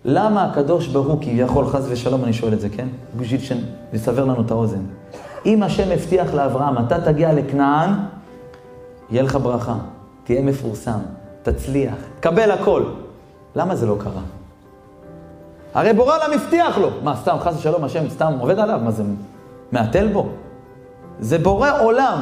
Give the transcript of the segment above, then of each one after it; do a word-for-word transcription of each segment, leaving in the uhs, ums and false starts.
למה הקדוש ברוך הוא כביכול חס ושלום, אני שואל את זה, כן? בשביל לסבר לנו את האוזן. אם השם הבטיח לאברהם, אתה תגיע לכנען, יהיה לך ברכה, תהיה מפורסם, תצליח, תקבל הכל. למה זה לא קרה? הרי בורא עולם הבטיח לו. מה, סתם, חס ושלום, השם סתם עובד עליו? מה זה, מעטל בו? זה בורא עולם.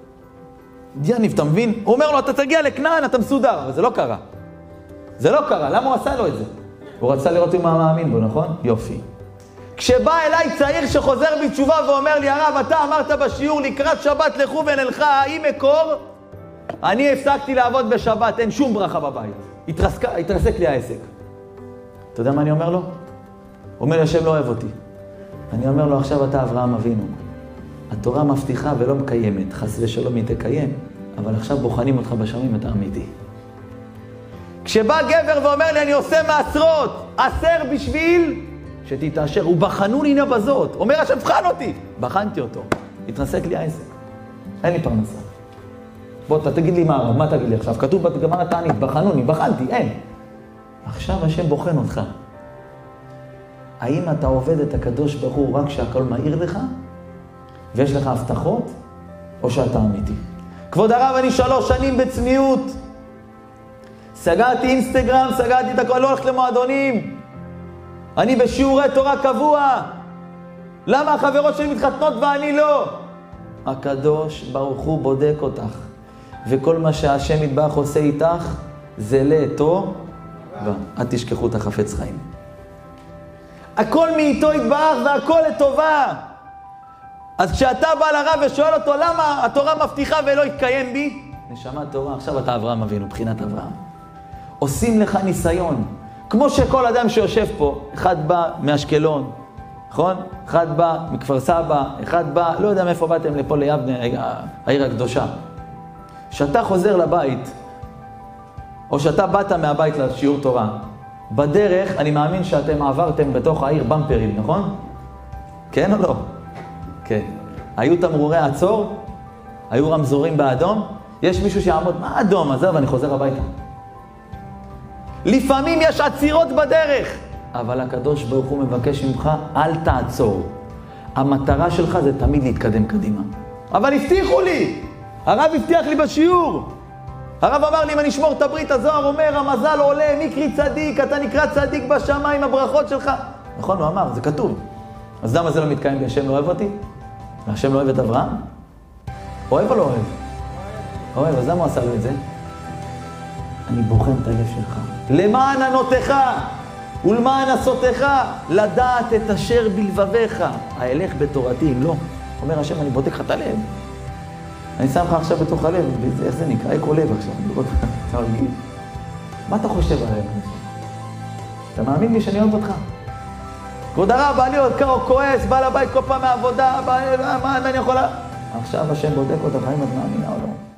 יניב, אתה מבין? הוא אומר לו, אתה תגיע לכנען, אתה מסודר. אבל זה לא קרה. זה לא קרה. למה הוא עשה לו את זה? הוא רצה לראות אם הוא מאמין בו, נכון? יופי. כשבא אליי צעיר שחוזר בתשובה ואומר לי, הרב, אתה אמרת בשיעור, לקראת שבת לכו ונלכה, האם מקור? אני הפסקתי לעבוד בשבת, אין שום ברכה בבית. התרסק, התרסק לי העסק. אתה יודע מה אני אומר לו? הוא אומר לי, השם לא אוהב אותי. אני אומר לו, עכשיו אתה אברהם אבינו. התורה מבטיחה ולא מקיימת, חס ושלום היא תקיים, אבל עכשיו בוחנים אותך בשמים, אתה אמיתי. כשבא גבר ואומר לי, אני עושה מעשרות, עשר בשביל שתתעשר, הוא בחנו לי בזאת. אומר, השם בחן אותי. בחנתי אותו. התרסק לי העסק. אין לי פרנסה. בוא, אתה תגיד לי מה הרב, מה תגיד לי עכשיו? כתוב בגמרא תענית, בחנו לי, בחנתי, אין. עכשיו השם בוחן אותך. האם אתה עובד את הקדוש ברוך הוא רק שהכל מהיר לך, ויש לך הבטחות, או שאתה אמיתי? כבוד הרב, אני שלוש שנים בצניעות. סגרתי אינסטגרם, סגרתי את הכל, לא הולך למועדונים. אני בשיעורי תורה קבוע. למה החברות שלי מתחתנות ואני לא? הקדוש ברוך הוא בודק אותך. וכל מה שהשם יתברך עושה איתך, זה לאתו, ואל תשכחו את החפץ חיים. הכל מאיתו יתברך והכל לטובה. אז כשאתה בא לרב ושואל אותו, למה התורה מבטיחה ולא יתקיים בי? נשמה תורה, עכשיו אתה אברהם אבינו, בחינת אברהם. עושים לך ניסיון. כמו שכל אדם שיושב פה, אחד בא מאשקלון, נכון? אחד בא מכפר סבא, אחד בא, לא יודע מאיפה באתם לפה ליבנה, העיר הקדושה. שאתה חוזר לבית, או שאתה באת מהבית לשיעור תורה, בדרך אני מאמין שאתם עברתם בתוך העיר במפרים, נכון? כן או לא? כן. היו תמרורי עצור? היו רמזורים באדום? יש מישהו שיעמוד, מה אדום? עזב, אני חוזר הביתה. לפעמים יש עצירות בדרך, אבל הקדוש ברוך הוא מבקש ממך, אל תעצור. המטרה שלך זה תמיד להתקדם קדימה. אבל הבטיחו לי, הרב הבטיח לי בשיעור. הרב אמר לי, אם אני אשמור את הברית, הזוהר אומר, המזל עולה, מקרי צדיק, אתה נקרא צדיק בשמיים, הברכות שלך. נכון, הוא אמר, זה כתוב. אז למה זה לא מתקיים? השם לא אוהב אותי? והשם לא אוהב את אברהם? אוהב או לא אוהב? אוהב, אז למה הוא עשה לו את זה? אני בוחן את הלב שלך. למען ענותך ולמען עשותך, לדעת את אשר בלבביך. ההלך בתורתי, אם לא. אומר השם, אני בודק לך את הלב. אני שם לך עכשיו בתוך הלב, איך זה נקרא? אקו לב עכשיו. מה אתה חושב עליהם? אתה מאמין לי שאני אוהב אותך? כבוד הרב, בא לי עוד קרו כועס, בא לבית כל פעם מהעבודה, מה אני יכולה? עכשיו השם בודק אותך, האם את מאמינה או לא?